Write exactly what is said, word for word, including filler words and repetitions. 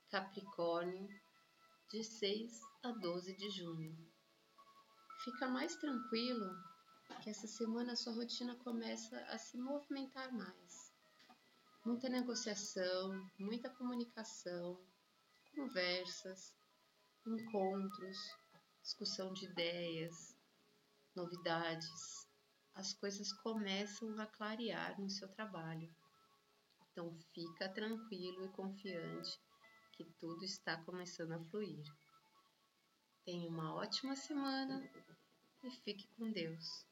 Capricórnio, de seis a doze de junho. Fica mais tranquilo que essa semana a sua rotina começa a se movimentar mais. Muita negociação, muita comunicação, conversas, encontros, discussão de ideias, novidades. As coisas começam a clarear no seu trabalho. Então fica tranquilo e confiante que tudo está começando a fluir. Tenha uma ótima semana e fique com Deus.